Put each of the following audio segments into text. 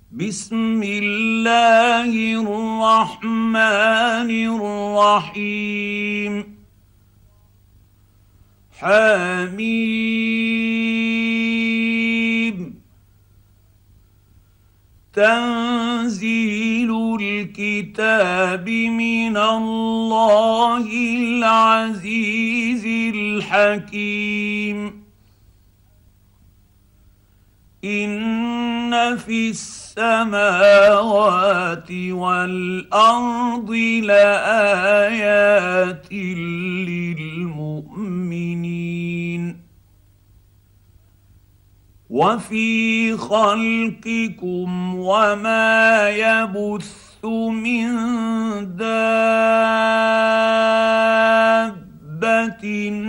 بسم الله الرحمن الرحيم حميم تنزيل الكتاب من الله العزيز الحكيم إن في السماوات والأرض لآيات للمؤمنين وفي خلقكم وما يبث من دابة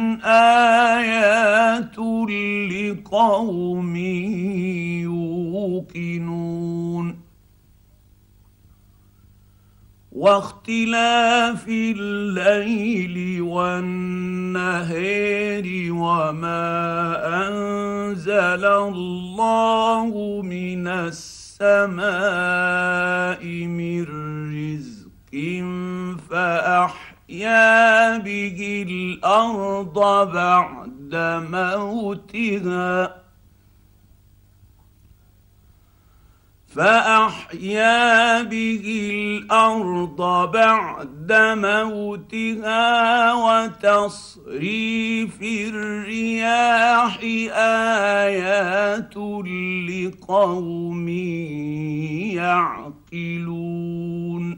آيات لقوم يوقنون واختلاف الليل والنهار وما أنزل الله من السماء من رزق فأحيا به الأرض بعد موتها وتصريف الرياح آيات لقوم يعقلون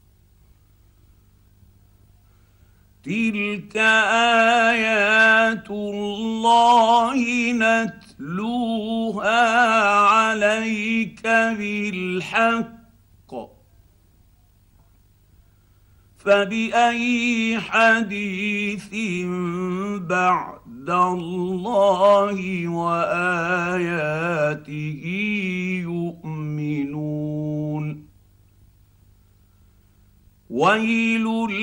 تلك آيات الله نتلوها عليك بالحق فبأي حديث بعد الله وآياته يؤمنون ويل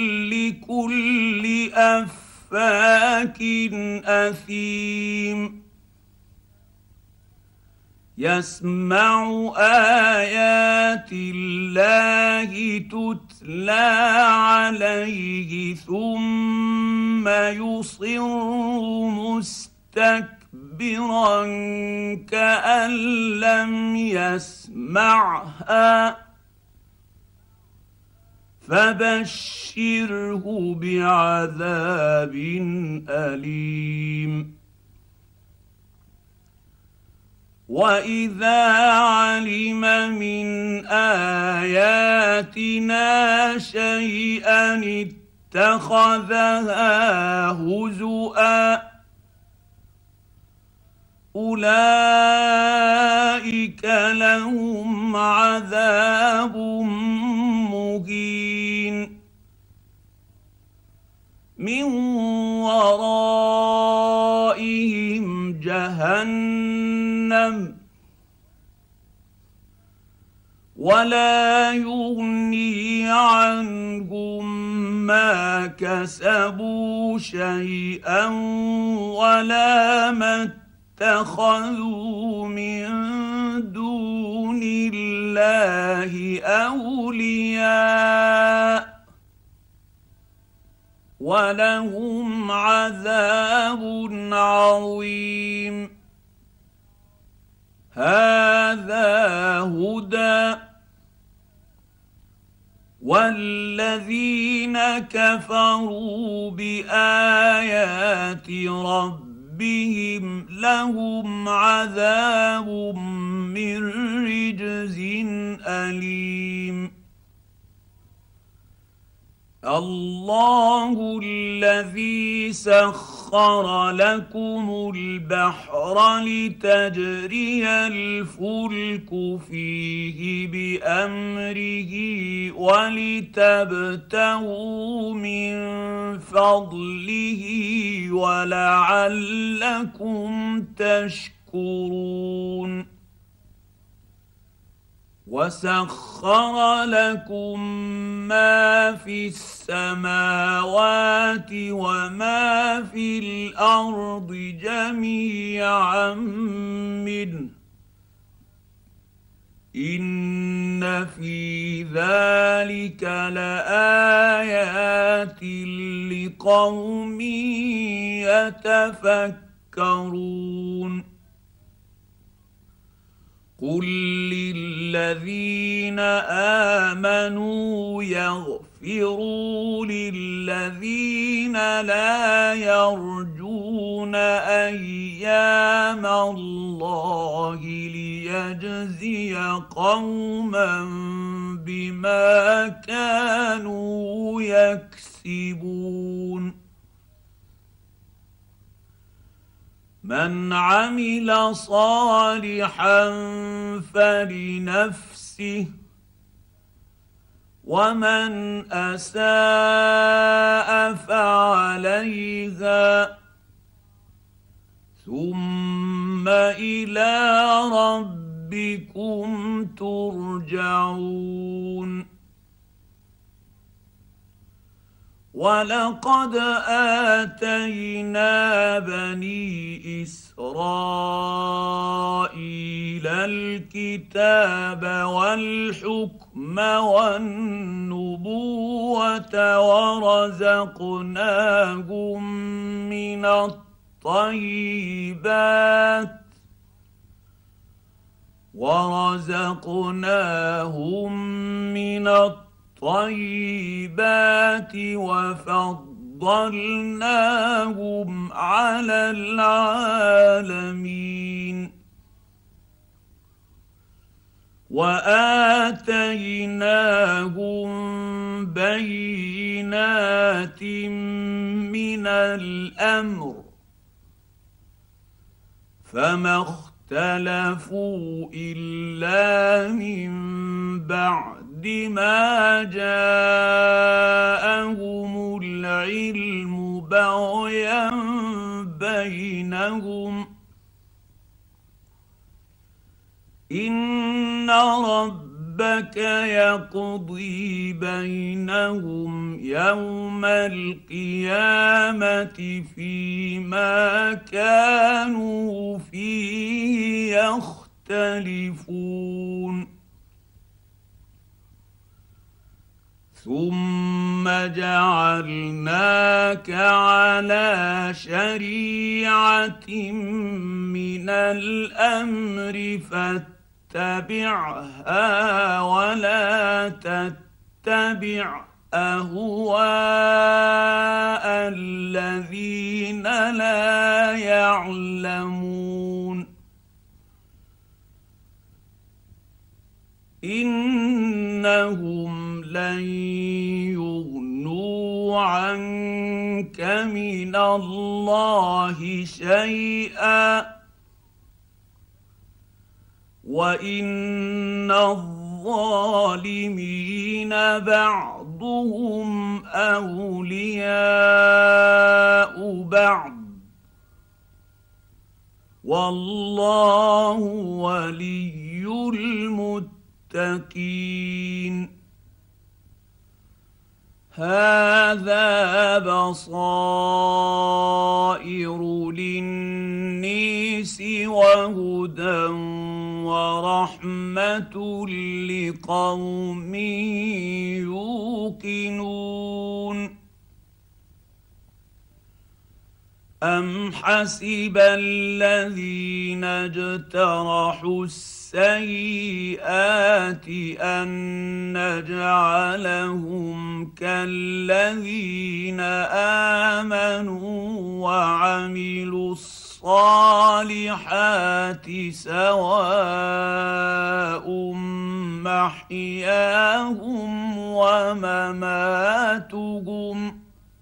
لكل أفاك أثيم يسمع آيات الله تتلى عليه ثم يصر مستكبرا كأن لم يسمعها فبشره بعذاب أليم وإذا علم من آياتنا شيئا اتخذها هزؤا أولئك لهم عذاب مهين من ورائهم جهنم ولا يغني عنهم ما كسبوا شيئا ولا ما اتخذوا من دون الله أولياء ولهم عذاب عظيم هذا هدى والذين كفروا بآيات ربهم لهم عذاب من رجز أليم الله الذي سخر لكم البحر لتجري الفلك فيه بأمره ولتبتغوا من فضله ولعلكم تشكرون وسخر لكم ما في السماوات وما في الأرض جميعا منه إن ان في ذلك لايات لقوم يتفكرون قل للذين امنوا يغفروا للذين لا يرجون ايام الله ليجزي قوما بما كانوا يكسبون من عمل صالحا فلنفسه ومن اساء فعليها ثم الى ربكم ترجعون ولقد آتينا بني إسرائيل الكتاب والحكم والنبوة ورزقناهم من الطيبات وفضلناهم على العالمين وآتيناهم بينات من الأمر فما اختلفوا إلا من بعد ما جاءهم العلم بغيا بينهم إن ربك يقضي بينهم يوم القيامة فيما كانوا فيه يختلفون ثم جعلناك على شريعة من الأمر فاتبعها ولا تتبع أهواء الذين لا يعلمون إنهم لن يغنوا عنك من الله شيئا وإن الظالمين بعضهم أولياء بعض والله ولي المتقين هذا بصائر للناس وهدى ورحمة لقوم يوقنون أم حسب الذين اجترحوا السيئات أن نجعلهم كالذين آمنوا وعملوا الصالحات سواء محياهم ومماتهم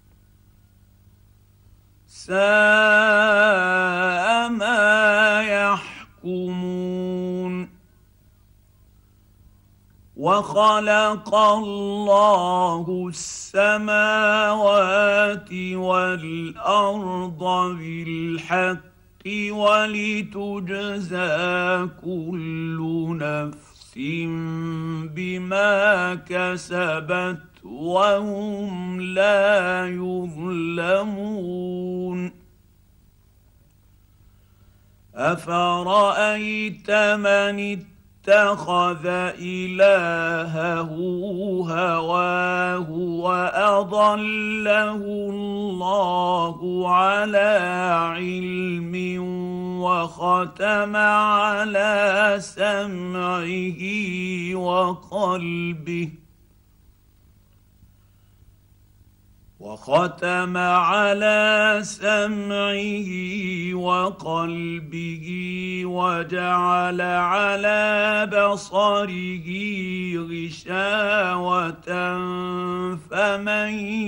ساء ما يحكمون وخلق الله السماوات والأرض بالحق ولتجزى كل نفس بما كسبت وهم لا يظلمون أفرأيت من اتخذ إلهه هواه وأضله الله على علم وختم على سمعه وقلبه وجعل على بصره غشاوة فمن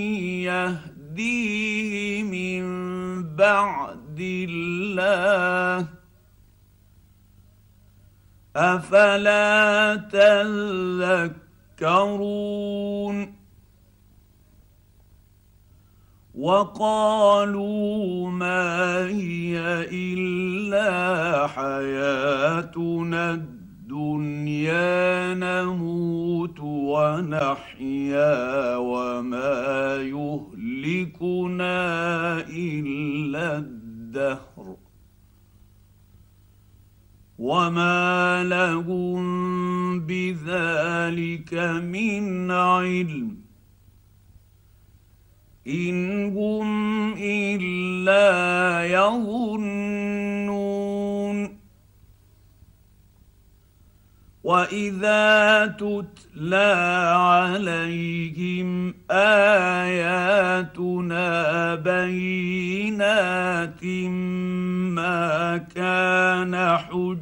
يهديه من بعد الله أفلا تذكرون وقالوا ما هي إلا حياتنا الدنيا نموت ونحيا وما يهلكنا إلا الدهر وما لهم بذلك من علم إن هم إلا يظنون وإذا تتلى عليهم آياتنا بينات ما كان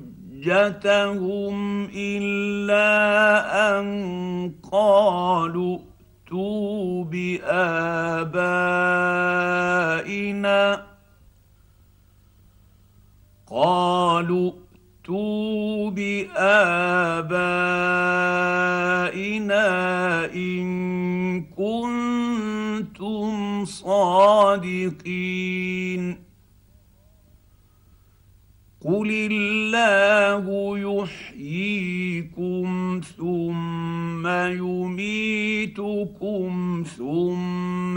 حجتهم إلا أن قالوا ائتوا بآبائنا إن كنتم صادقين قل الله يحييكم ثم يميتكم ثم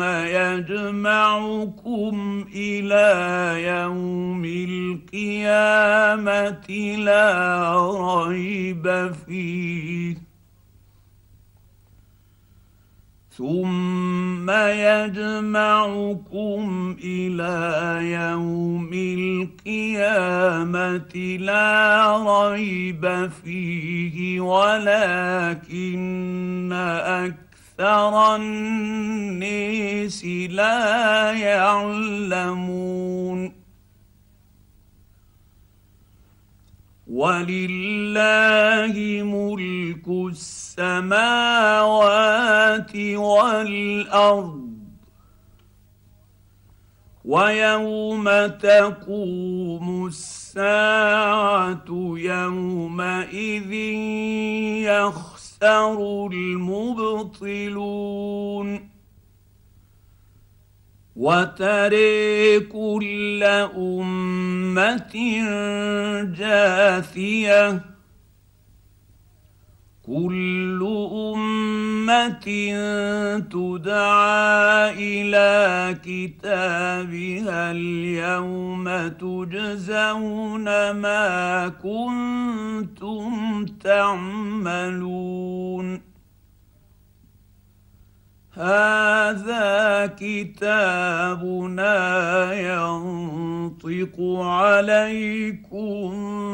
يجمعكم إلى يوم القيامة لا ريب فيه ثم يجمعكم إلى يوم القيامة لا ريب فيه ولكن أكثر الناس لا يعلمون ولله ملك السماوات والأرض ويوم تقوم الساعة يومئذ يخسر المبطلون وترى كل أمة جاثية كل أمة تدعى إلى كتابها اليوم تجزون ما كنتم تعملون هذا كتابنا ينطق عليكم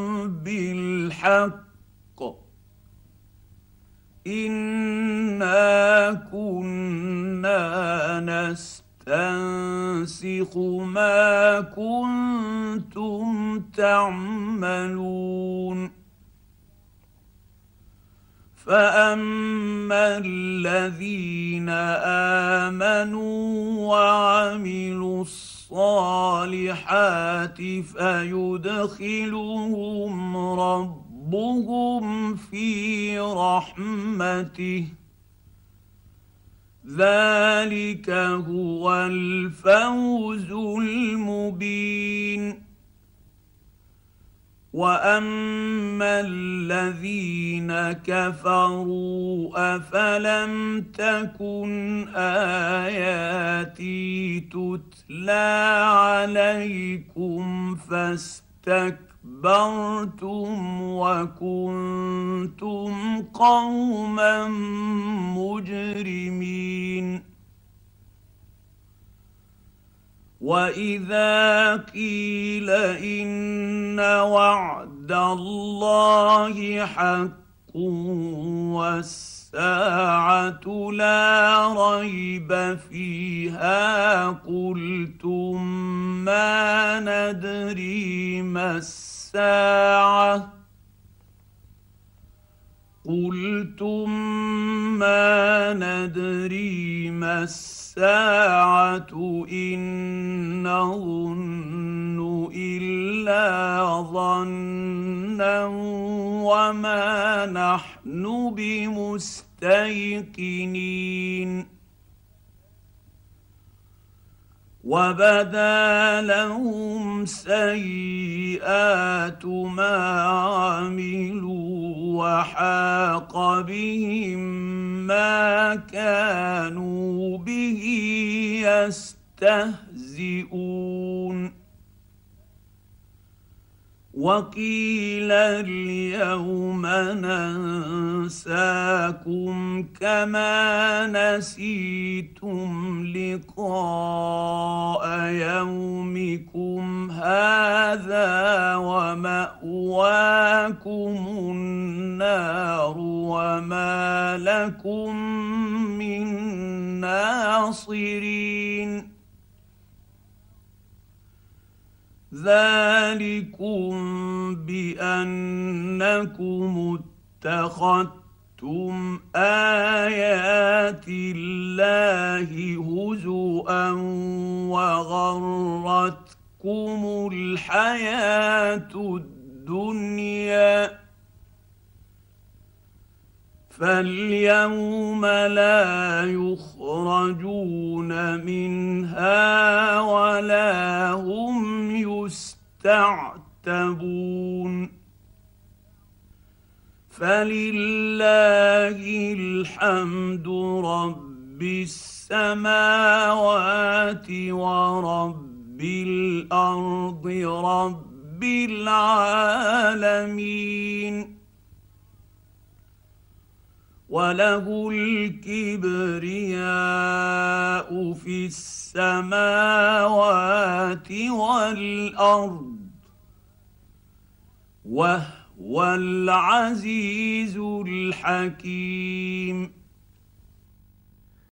بالحق إنا كنا نستنسخ ما كنتم تعملون فأما الذين آمنوا وعملوا الصالحات فيدخلهم ربهم في رحمته ذلك هو الفوز المبين وأما الذين كفروا أفلم تكن آياتي تتلى عليكم فاستكبرتم وكنتم كنتم قوما مجرمين. واذا قيل ان وعد الله حق والساعه لا ريب فيها قلتم ما ندري ما الساعه إن نظن إلا ظنا وما نحن بمستيقنين. وبدا لهم سيئات ما عملوا وحاق بهم ما كانوا به يستهزئون. وقيل اليوم ننساكم كما نسيتم لقاء يومكم هذا ومأواكم النار وما لكم من ناصرين. ذلكم بأنكم اتخذتم آيات الله هزؤا وغرتكم الحياة الدنيا فاليوم لا يخرجون منها ولا هم يستعتبون. فلله الحمد رب السماوات ورب الأرض رب العالمين. وله الكبرياء في السماوات والأرض وهو العزيز الحكيم.